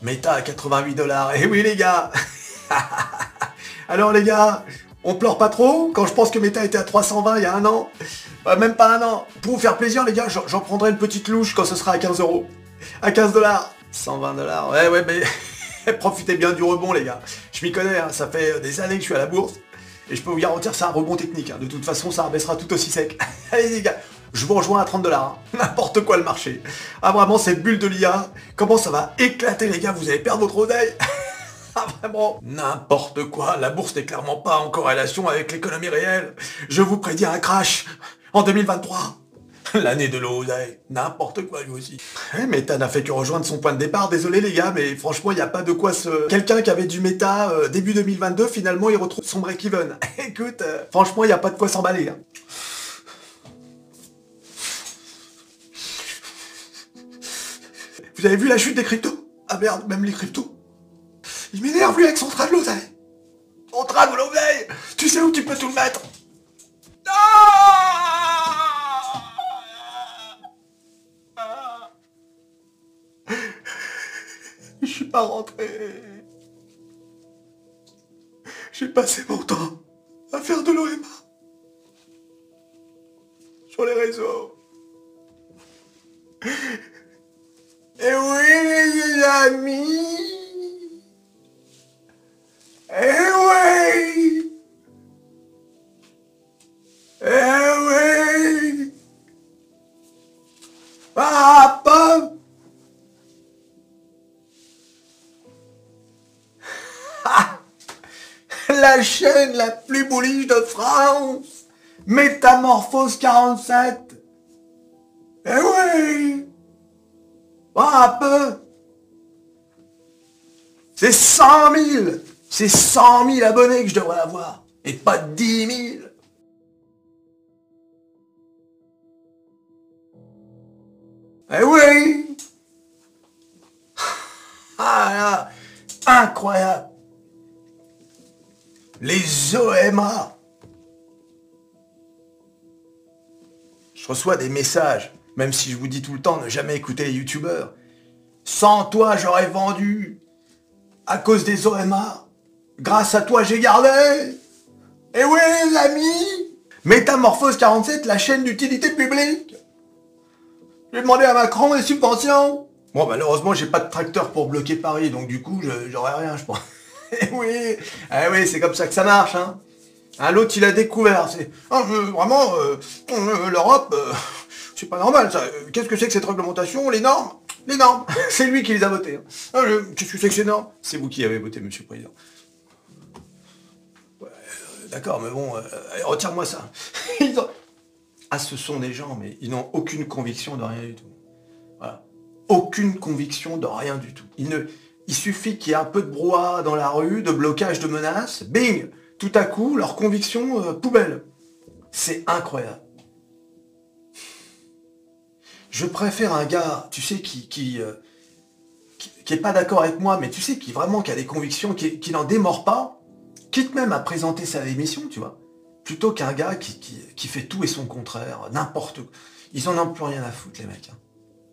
Meta à 88 $. Eh oui les gars. Alors les gars, on pleure pas trop quand je pense que Meta était à 320 il y a un an. Même pas un an. Pour vous faire plaisir les gars, j'en prendrai une petite louche quand ce sera à 15 €. À 15 $. 120 $. Ouais, mais profitez bien du rebond les gars. Je m'y connais, hein, ça fait des années que je suis à la bourse. Et je peux vous garantir, c'est un rebond technique. Hein. De toute façon, ça rebaissera tout aussi sec. Allez les gars, je vous rejoins à 30 $. Hein. N'importe quoi le marché. Ah vraiment, cette bulle de l'IA, comment ça va éclater les gars, vous allez perdre votre oseille. Ah vraiment, n'importe quoi. La bourse n'est clairement pas en corrélation avec l'économie réelle. Je vous prédis un crash en 2023. L'année de l'oseille. N'importe quoi lui aussi. Meta n'a fait que rejoindre son point de départ. Désolé les gars, mais franchement, il n'y a pas de quoi se... Quelqu'un qui avait du méta début 2022, finalement, il retrouve son break-even. Écoute, franchement, il n'y a pas de quoi s'emballer. Hein. Vous avez vu la chute des cryptos? Ah merde, même les cryptos. Il m'énerve lui avec son train de l'oseille. Son train de l'oseille. Tu sais où tu peux tout le mettre? Je suis pas rentré. J'ai passé mon temps à faire de l'OMA sur les réseaux. Et oui les amis. Eh oui. Eh oui. Ah, pop. La chaîne la plus bullish de France. Métamorphose 47. Eh oui. Ah, peu. C'est 100 000. C'est 100 000 abonnés que je devrais avoir. Et pas 10 000. Eh oui. Ah là. Incroyable. Les OMA. Je reçois des messages, même si je vous dis tout le temps, ne jamais écouter les youtubeurs. Sans toi, j'aurais vendu. À cause des OMA. Grâce à toi, j'ai gardé. Eh oui, les amis. Métamorphose 47, la chaîne d'utilité publique. J'ai demandé à Macron des subventions. Bon, malheureusement, j'ai pas de tracteur pour bloquer Paris, donc du coup, j'aurais rien, je pense. Eh oui, c'est comme ça que ça marche, hein. L'autre, il a découvert. C'est vraiment, l'Europe, c'est pas normal, ça. Qu'est-ce que c'est que cette réglementation? Les normes. Les normes. C'est lui qui les a votées. Hein. Qu'est-ce que c'est que ces normes? C'est vous qui avez voté, monsieur le président. Ouais, d'accord, mais bon, allez, retire-moi ça. Ah, ce sont des gens, mais ils n'ont aucune conviction de rien du tout. Voilà. Aucune conviction de rien du tout. Il suffit qu'il y ait un peu de brouhaha dans la rue, de blocage, de menaces, bing, tout à coup, leur conviction, poubelle. C'est incroyable. Je préfère un gars, tu sais, qui est pas d'accord avec moi, mais tu sais, qui a des convictions, qui n'en démord pas, quitte même à présenter sa démission, tu vois, plutôt qu'un gars qui fait tout et son contraire, n'importe quoi. Ils en ont plus rien à foutre, les mecs. Hein.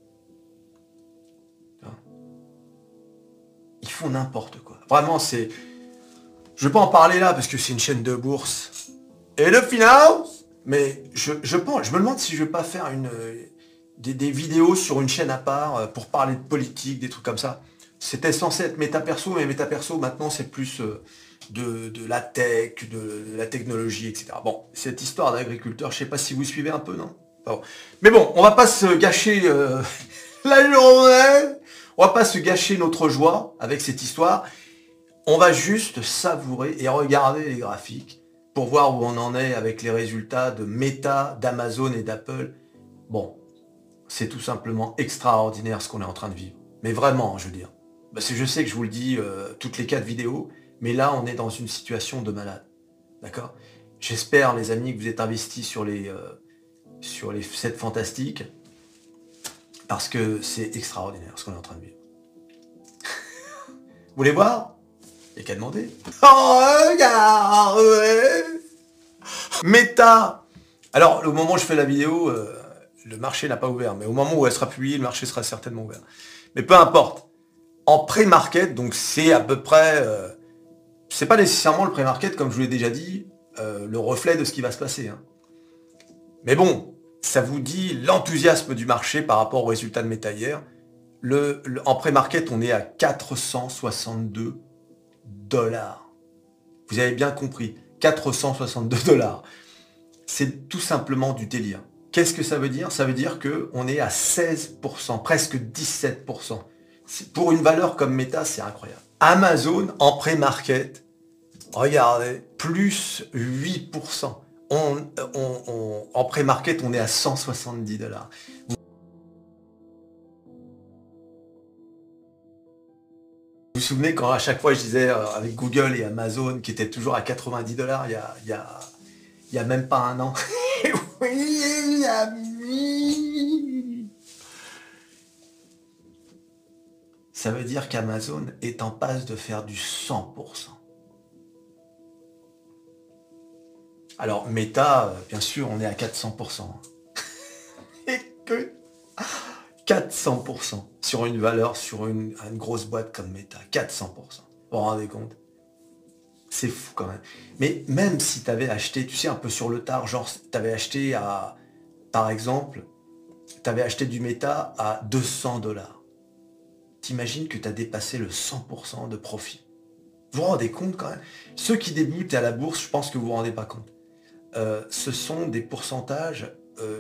Ils font n'importe quoi. Vraiment, c'est... Je vais pas en parler là, parce que c'est une chaîne de bourse et de finance, mais je me demande si je vais pas faire des vidéos sur une chaîne à part pour parler de politique, des trucs comme ça. C'était censé être méta perso, mais méta perso, maintenant, c'est plus de la tech, de la technologie, etc. Bon, cette histoire d'agriculteur, je sais pas si vous suivez un peu, non? Bon. Mais bon, on va pas se gâcher la journée. On va pas se gâcher notre joie avec cette histoire. On va juste savourer et regarder les graphiques pour voir où on en est avec les résultats de Meta, d'Amazon et d'Apple. Bon, c'est tout simplement extraordinaire ce qu'on est en train de vivre. Mais vraiment, je veux dire. Parce que je sais que je vous le dis toutes les 4 vidéos, mais là, on est dans une situation de malade. D'accord? J'espère, les amis, que vous êtes investis sur les 7 fantastiques. Parce que c'est extraordinaire ce qu'on est en train de vivre. Vous voulez voir? Il n'y a qu'à demander. Regardez! Meta! Alors, au moment où je fais la vidéo, le marché n'a pas ouvert. Mais au moment où elle sera publiée, le marché sera certainement ouvert. Mais peu importe. en pré-market, donc c'est à peu près... c'est pas nécessairement le pré-market, comme je vous l'ai déjà dit, le reflet de ce qui va se passer. Hein. Mais bon, ça vous dit l'enthousiasme du marché par rapport au résultat de Meta hier. En pré-market, on est à 462 $. Vous avez bien compris, 462 $. C'est tout simplement du délire. Qu'est-ce que ça veut dire? Ça veut dire qu'on est à 16%, presque 17%. Pour une valeur comme Meta, c'est incroyable. Amazon, en pré-market, regardez, plus 8%. En pré-market, on est à 170 $. Vous vous souvenez quand à chaque fois je disais avec Google et Amazon qui étaient toujours à 90 $, il y a même pas un an. Oui, ami. Ça veut dire qu'Amazon est en passe de faire du 100%. Alors, Meta, bien sûr, on est à 400%. Et que 400% sur une valeur, sur une grosse boîte comme Meta. 400%. Vous vous rendez compte? C'est fou quand même. Mais même si tu avais acheté, tu sais, un peu sur le tard, genre, tu avais acheté par exemple, tu avais acheté du Meta à 200 $. T'imagines que tu as dépassé le 100% de profit. Vous vous rendez compte quand même? Ceux qui débutent à la bourse, je pense que vous vous rendez pas compte. Ce sont des pourcentages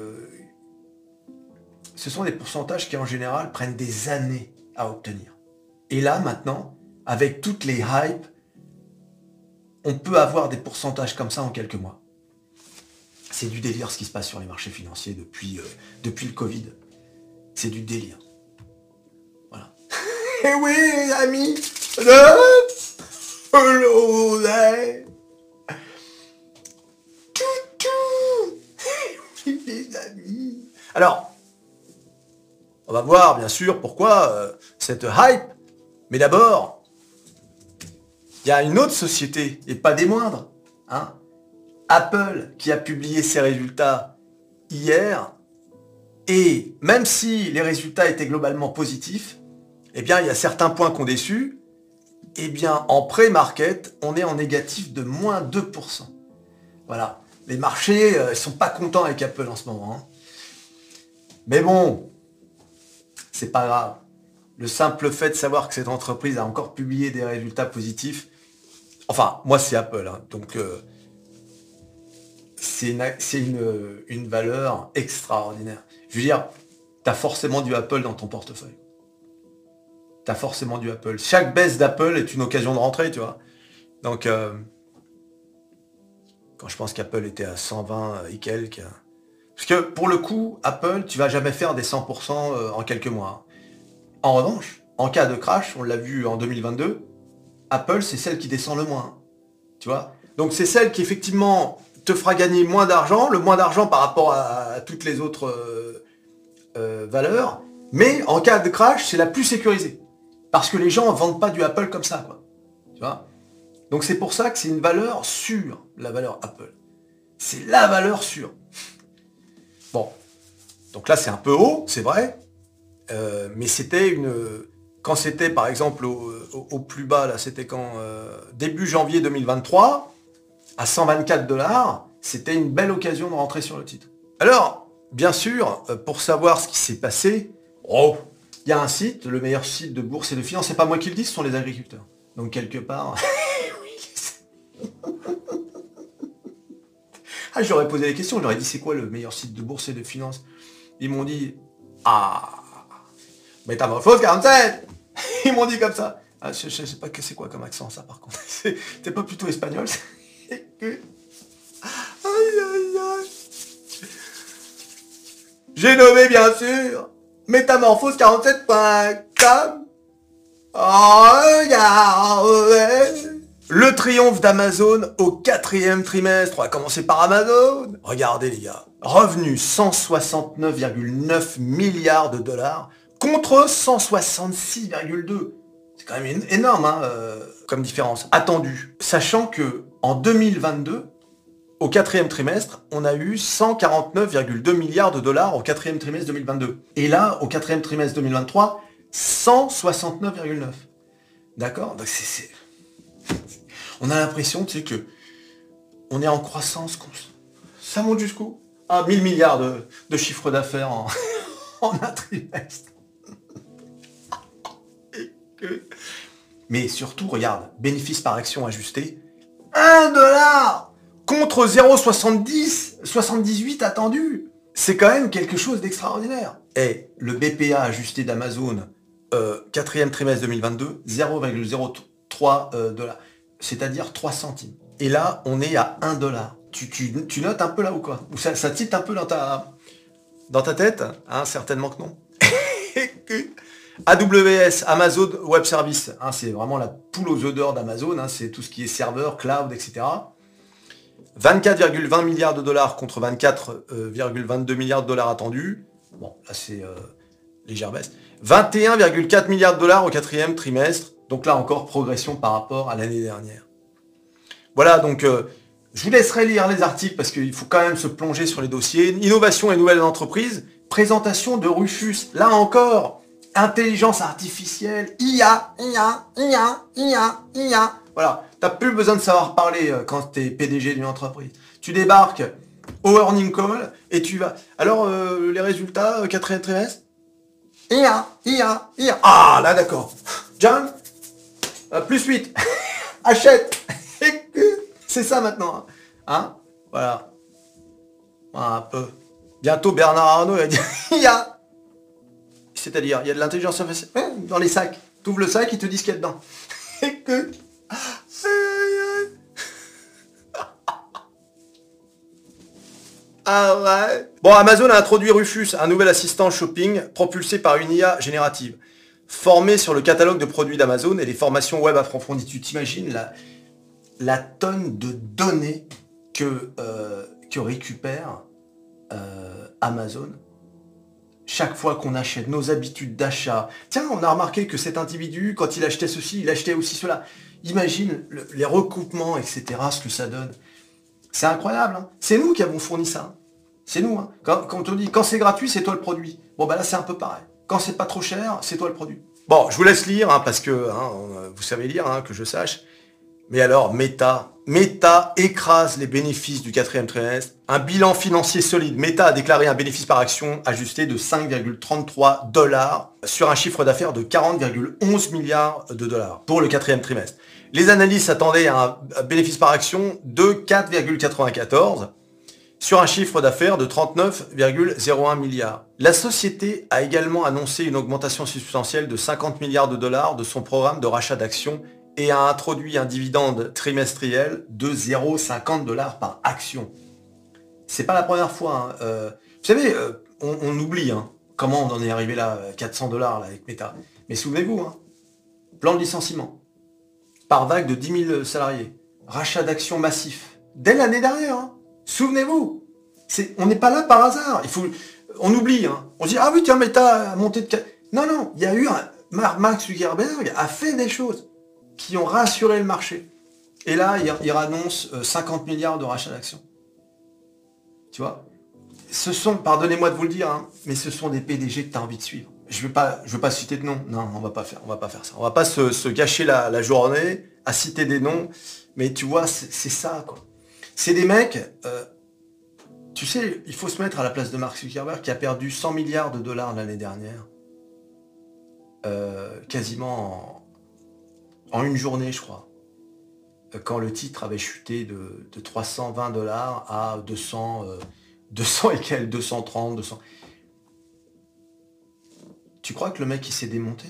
qui en général prennent des années à obtenir. Et là maintenant, avec toutes les hypes, on peut avoir des pourcentages comme ça en quelques mois. C'est du délire ce qui se passe sur les marchés financiers depuis le Covid. C'est du délire. Voilà. Et oui les amis, les amis. Alors, on va voir bien sûr pourquoi cette hype. Mais d'abord, il y a une autre société, et pas des moindres, hein, Apple, qui a publié ses résultats hier. Et même si les résultats étaient globalement positifs, eh bien, il y a certains points qui ont déçu. Eh bien, en pré-market, on est en négatif de moins 2%. Voilà. Les marchés, ils sont pas contents avec Apple en ce moment. Hein. Mais bon, c'est pas grave. Le simple fait de savoir que cette entreprise a encore publié des résultats positifs, enfin, moi c'est Apple, hein, donc c'est une valeur extraordinaire. Je veux dire, tu as forcément du Apple dans ton portefeuille. Tu as forcément du Apple. Chaque baisse d'Apple est une occasion de rentrer, tu vois. Donc, quand je pense qu'Apple était à 120 et quelques. Parce que pour le coup, Apple, tu vas jamais faire des 100% en quelques mois. En revanche, en cas de crash, on l'a vu en 2022, Apple, c'est celle qui descend le moins. Tu vois? Donc c'est celle qui effectivement te fera gagner moins d'argent, le moins d'argent par rapport à toutes les autres valeurs, mais en cas de crash, c'est la plus sécurisée. Parce que les gens ne vendent pas du Apple comme ça, quoi. Tu vois? Donc c'est pour ça que c'est une valeur sûre, la valeur Apple. C'est la valeur sûre. Bon. Donc là, c'est un peu haut, c'est vrai. Mais c'était quand c'était par exemple au plus bas, là, c'était quand début janvier 2023, à 124 $, c'était une belle occasion de rentrer sur le titre. Alors, bien sûr, pour savoir ce qui s'est passé, il y a un site, le meilleur site de bourse et de finance, c'est pas moi qui le dis, ce sont les agriculteurs. Donc quelque part... Ah, je leur ai posé des questions, je leur ai dit c'est quoi le meilleur site de bourse et de finance? Ils m'ont dit Métamorphose 47. Ils m'ont dit comme ça. Ah, je sais pas que c'est quoi comme accent ça par contre. C'est pas plutôt espagnol. Aïe aïe aïe. J'ai nommé bien sûr métamorphose47.com. Regardez. Le triomphe d'Amazon au 4e trimestre. On va commencer par Amazon. Regardez les gars. Revenu 169,9 milliards de dollars contre 166,2. C'est quand même énorme hein, comme différence. Attendu. Sachant que en 2022, au 4e trimestre, on a eu 149,2 milliards de dollars au 4e trimestre 2022. Et là, au 4e trimestre 2023, 169,9. D'accord? Donc on a l'impression, tu sais, que on est en croissance. Ça monte jusqu'où? Ah, 1000 milliards de chiffre d'affaires en un trimestre. Mais surtout, regarde, bénéfice par action ajusté, 1 dollar contre 0,78 attendu. C'est quand même quelque chose d'extraordinaire. Et le BPA ajusté d'Amazon, quatrième trimestre 2022, 0,03 dollars. C'est-à-dire 3 centimes. Et là, on est à 1 dollar. Tu notes un peu là ou quoi? Ou ça tilte un peu dans ta tête, hein? Certainement que non. AWS, Amazon Web Service, hein, c'est vraiment la poule aux œufs d'or d'Amazon, hein, c'est tout ce qui est serveur, cloud, etc. 24,20 milliards de dollars contre 24,22 milliards de dollars attendus. Bon, là c'est légère baisse. 21,4 milliards de dollars au quatrième trimestre. Donc là encore, progression par rapport à l'année dernière. Voilà, donc je vous laisserai lire les articles parce qu'il faut quand même se plonger sur les dossiers. Innovation et nouvelles entreprises. Présentation de Rufus. Là encore, intelligence artificielle, IA. Voilà, t'as plus besoin de savoir parler quand t'es PDG d'une entreprise. Tu débarques au earning call et tu vas... Alors, les résultats, quatrième trimestre? IA. Ah, là, d'accord. John, plus 8. Achète. C'est ça maintenant. Hein? Voilà. Un peu. Bientôt, Bernard Arnault va dire IA. C'est-à-dire, il y a de l'intelligence artificielle dans les sacs. Tu ouvres le sac, ils te disent ce qu'il y a dedans. Ah ouais. Bon, Amazon a introduit Rufus, un nouvel assistant shopping propulsé par une IA générative. Formé sur le catalogue de produits d'Amazon et les formations web approfondies. Tu t'imagines la tonne de données que récupère Amazon chaque fois qu'on achète, nos habitudes d'achat. Tiens, on a remarqué que cet individu, quand il achetait ceci, il achetait aussi cela. Imagine les recoupements, etc., ce que ça donne. C'est incroyable, hein. C'est nous qui avons fourni ça. C'est nous, hein. Quand on te dit, quand c'est gratuit, c'est toi le produit. Bon, bah là, c'est un peu pareil. Quand c'est pas trop cher, c'est toi le produit. Bon, je vous laisse lire, hein, parce que vous savez lire, hein, que je sache. Mais alors, Meta écrase les bénéfices du quatrième trimestre. Un bilan financier solide. Meta a déclaré un bénéfice par action ajusté de 5,33 dollars sur un chiffre d'affaires de 40,11 milliards de dollars pour le quatrième trimestre. Les analystes s'attendaient à un bénéfice par action de 4,94 sur un chiffre d'affaires de 39,01 milliards. La société a également annoncé une augmentation substantielle de 50 milliards de dollars de son programme de rachat d'actions et a introduit un dividende trimestriel de 0,50 dollars par action. C'est pas la première fois. Hein. Vous savez, on oublie comment on en est arrivé là, 400 dollars avec Meta. Mais souvenez-vous, plan de licenciement, par vague de 10 000 salariés, rachat d'actions massif, dès l'année dernière. Souvenez-vous, on n'est pas là par hasard. On oublie. On se dit, ah oui, tiens, Meta a monté de... Non, il y a eu Mark Zuckerberg a fait des choses qui ont rassuré le marché. Et là, il annonce 50 milliards de rachat d'actions. Tu vois, ce sont, pardonnez-moi de vous le dire, mais ce sont des PDG que tu as envie de suivre. Je veux pas citer de nom. Non, on va pas faire ça. On va pas se gâcher la journée à citer des noms. Mais tu vois, c'est ça, quoi. C'est des mecs, tu sais, il faut se mettre à la place de Mark Zuckerberg qui a perdu 100 milliards de dollars l'année dernière. Quasiment en une journée, je crois. Quand le titre avait chuté de 320 dollars à 200 et quelques, 230, 200. Tu crois que le mec il s'est démonté?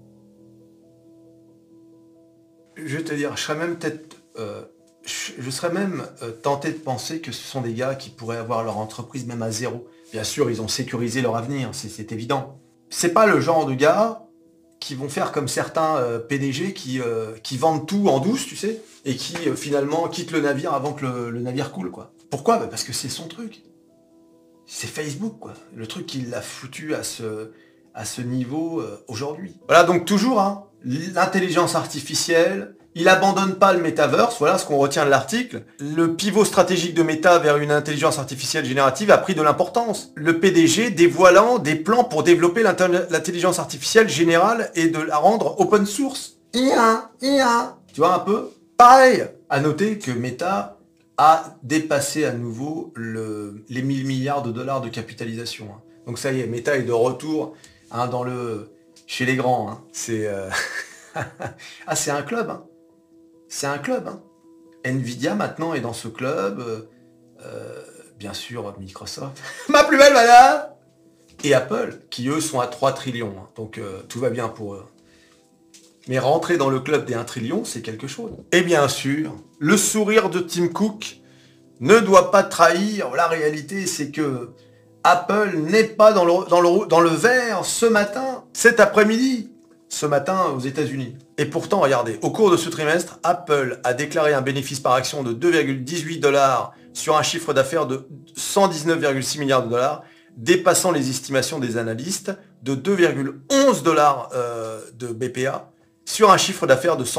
Je vais te dire, je serais même tenté de penser que ce sont des gars qui pourraient avoir leur entreprise même à zéro. Bien sûr, ils ont sécurisé leur avenir, c'est évident. C'est pas le genre de gars qui vont faire comme certains PDG qui vendent tout en douce, tu sais, et qui finalement quittent le navire avant que le navire coule, quoi. Pourquoi? Parce que c'est son truc. C'est Facebook, quoi. Le truc qui l'a foutu à ce niveau aujourd'hui. Voilà, donc toujours, l'intelligence artificielle, Il abandonne pas le metaverse, voilà ce qu'on retient de l'article. Le pivot stratégique de Meta vers une intelligence artificielle générative a pris de l'importance. Le PDG dévoilant des plans pour développer l'intelligence artificielle générale et de la rendre open source. IA. Tu vois un peu? Pareil. À noter que Meta a dépassé à nouveau les 1000 milliards de dollars de capitalisation. Donc ça y est, Meta est de retour chez les grands. C'est c'est un club. C'est un club. Nvidia maintenant est dans ce club. Bien sûr, Microsoft. Ma plus belle madame. Et Apple, qui eux sont à 3 trillions. Donc tout va bien pour eux. Mais rentrer dans le club des 1 trillion, c'est quelque chose. Et bien sûr, le sourire de Tim Cook ne doit pas trahir la réalité, c'est que Apple n'est pas dans le vert ce matin, cet après-midi, ce matin aux États-Unis. Et pourtant, regardez, au cours de ce trimestre, Apple a déclaré un bénéfice par action de 2,18 $ sur un chiffre d'affaires de 119,6 milliards de dollars, dépassant les estimations des analystes de 2,11 $ de BPA, sur un chiffre d'affaires de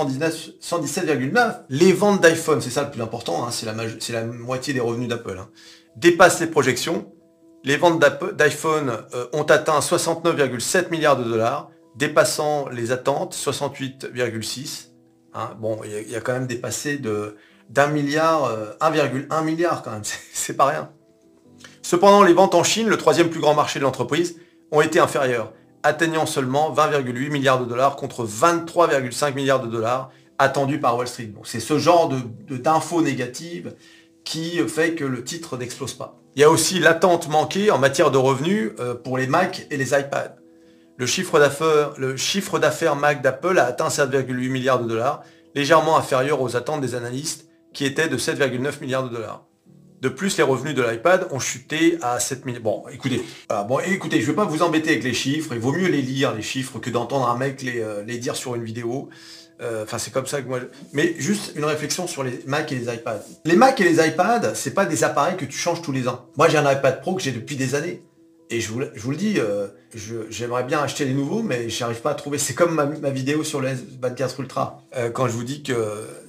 117,9. Les ventes d'iPhone, c'est ça le plus important, c'est la moitié des revenus d'Apple, dépassent les projections. Les ventes d'iPhone ont atteint 69,7 milliards de dollars, dépassant les attentes, 68,6. Bon, il y a quand même dépassé d'1 milliard, 1,1 milliard quand même, c'est pas rien. Cependant, les ventes en Chine, le troisième plus grand marché de l'entreprise, ont été inférieures, atteignant seulement 20,8 milliards de dollars contre 23,5 milliards de dollars attendus par Wall Street. Bon, c'est ce genre d'infos négatives qui fait que le titre n'explose pas. Il y a aussi l'attente manquée en matière de revenus pour les Mac et les iPads. Le chiffre d'affaires Mac d'Apple a atteint 7,8 milliards de dollars, légèrement inférieur aux attentes des analystes qui étaient de 7,9 milliards de dollars. De plus, les revenus de l'iPad ont chuté à 7 milliards. Bon, écoutez, je ne vais pas vous embêter avec les chiffres. Il vaut mieux les lire, les chiffres, que d'entendre un mec les dire sur une vidéo. C'est comme ça que moi... Mais juste une réflexion sur les Mac et les iPads. Les Mac et les iPads, c'est pas des appareils que tu changes tous les ans. Moi, j'ai un iPad Pro que j'ai depuis des années. Et je vous le dis, j'aimerais bien acheter les nouveaux, mais j'arrive pas à trouver. C'est comme ma vidéo sur le S24 Ultra. Quand je vous dis que...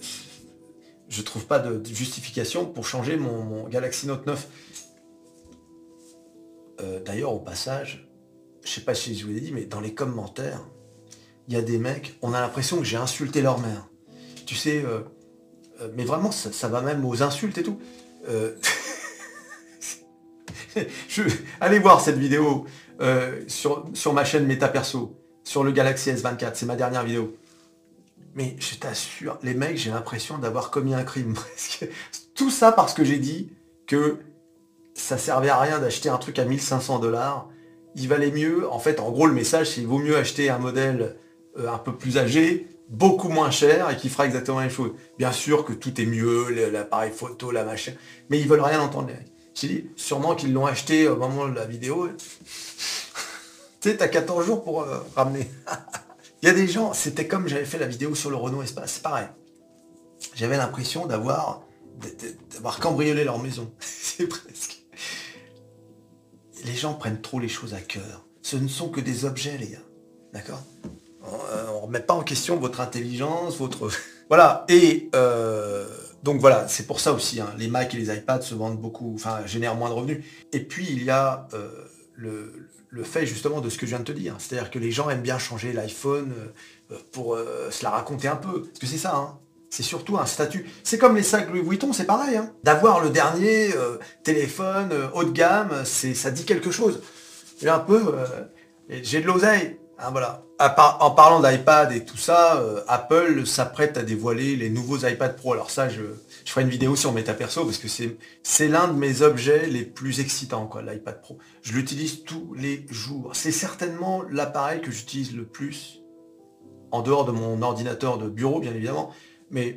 je trouve pas de justification pour changer mon Galaxy Note 9. D'ailleurs, au passage, je sais pas si je vous l'ai dit, mais dans les commentaires, il y a des mecs, on a l'impression que j'ai insulté leur mère. Tu sais, mais vraiment, ça va même aux insultes et tout. Allez voir cette vidéo sur ma chaîne Méta Perso, sur le Galaxy S24, c'est ma dernière vidéo. Mais je t'assure, les mecs, j'ai l'impression d'avoir commis un crime. Tout ça parce que j'ai dit que ça servait à rien d'acheter un truc à 1500 $. Il valait mieux, en fait, en gros, le message, c'est qu'il vaut mieux acheter un modèle un peu plus âgé, beaucoup moins cher et qui fera exactement la même chose. Bien sûr que tout est mieux, l'appareil photo, la machin, mais ils veulent rien entendre, les mecs. J'ai dit, sûrement qu'ils l'ont acheté au moment de la vidéo. Tu sais, t'as 14 jours pour ramener. Il y a des gens, c'était comme j'avais fait la vidéo sur le Renault Espace, c'est pareil. J'avais l'impression d'avoir cambriolé leur maison. C'est presque. Les gens prennent trop les choses à cœur. Ce ne sont que des objets, les gars. D'accord? On ne remet pas en question votre intelligence, votre... Voilà. Et donc voilà, c'est pour ça aussi. Les Mac et les iPads se vendent beaucoup, génèrent moins de revenus. Et puis il y a le fait justement de ce que je viens de te dire. C'est-à-dire que les gens aiment bien changer l'iPhone pour se la raconter un peu. Parce que c'est ça, c'est surtout un statut. C'est comme les sacs Louis Vuitton, c'est pareil. D'avoir le dernier téléphone haut de gamme, ça dit quelque chose. J'ai un peu... j'ai de l'oseille. Voilà. En parlant d'iPad et tout ça, Apple s'apprête à dévoiler les nouveaux iPad Pro. Alors ça, je ferai une vidéo sur Méta Perso parce que c'est l'un de mes objets les plus excitants, l'iPad Pro. Je l'utilise tous les jours. C'est certainement l'appareil que j'utilise le plus, en dehors de mon ordinateur de bureau, bien évidemment, mais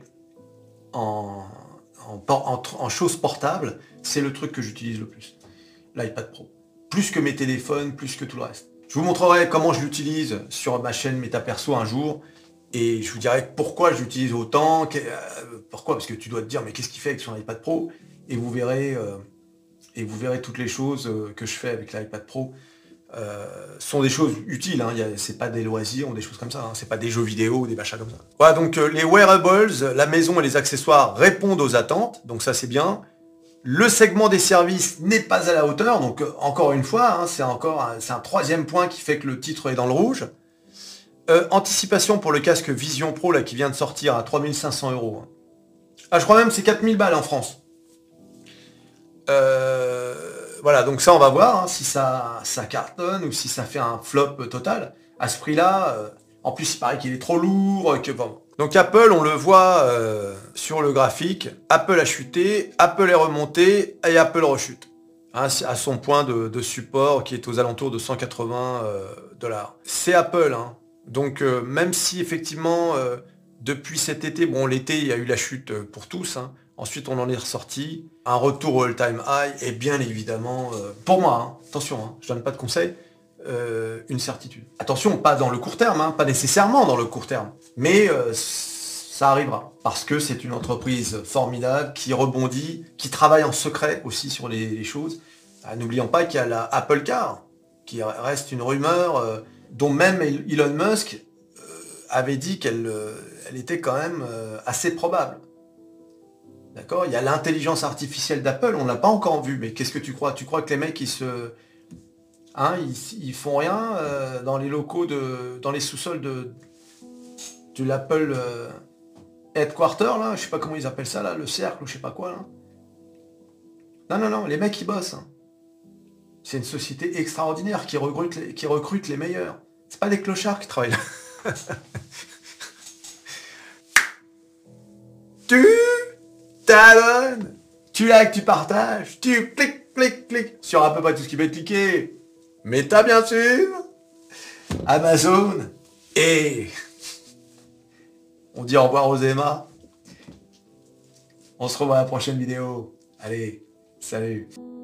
en choses portables, c'est le truc que j'utilise le plus. L'iPad Pro. Plus que mes téléphones, plus que tout le reste. Je vous montrerai comment je l'utilise sur ma chaîne Méta Perso un jour, et je vous dirai pourquoi je l'utilise autant, pourquoi, parce que tu dois te dire, mais qu'est-ce qu'il fait avec son iPad Pro, et vous verrez toutes les choses que je fais avec l'iPad Pro. sont des choses utiles, hein. C'est pas des loisirs ou des choses comme ça, hein. C'est pas des jeux vidéo ou des machins comme ça. Voilà, donc les wearables, la maison et les accessoires répondent aux attentes, donc ça c'est bien. Le segment des services n'est pas à la hauteur, donc encore une fois, hein, c'est un troisième point qui fait que le titre est dans le rouge. Anticipation pour le casque Vision Pro là, qui vient de sortir à 3500 €. Hein. Ah, je crois même que c'est 4000 balles en France. Voilà, donc ça on va voir hein, si ça cartonne ou si ça fait un flop total. À ce prix-là, en plus il paraît qu'il est trop lourd, que bon. Donc Apple, on le voit sur le graphique, Apple a chuté, Apple est remonté et Apple rechute. Hein, à son point de support qui est aux alentours de 180 $. C'est Apple, hein. Donc même si effectivement depuis cet été, bon l'été il y a eu la chute pour tous, hein. Ensuite on en est ressorti, un retour au all-time high et bien évidemment, pour moi, hein, attention, hein, je donne pas de conseils, une certitude. Attention, pas dans le court terme, hein, pas nécessairement dans le court terme, mais ça arrivera, parce que c'est une entreprise formidable, qui rebondit, qui travaille en secret aussi sur les choses. N'oublions pas qu'il y a la Apple Car, qui reste une rumeur, dont même Elon Musk avait dit qu'elle était quand même assez probable. D'accord? Il y a l'intelligence artificielle d'Apple, on ne l'a pas encore vu, mais qu'est-ce que tu crois? Tu crois que les mecs, ils font rien dans les locaux, dans les sous-sols de l'Apple Headquarter, là? Je sais pas comment ils appellent ça, là, le cercle, ou je sais pas quoi, là. Non, les mecs, ils bossent. Hein. C'est une société extraordinaire qui recrute les meilleurs. C'est pas des clochards qui travaillent là. Tu t'abonnes, tu likes, tu partages, tu cliques sur à peu près tout ce qui va être cliqué. Mais t'as bien sûr Amazon et on dit au revoir aux Emma. On se revoit à la prochaine vidéo. Allez, salut.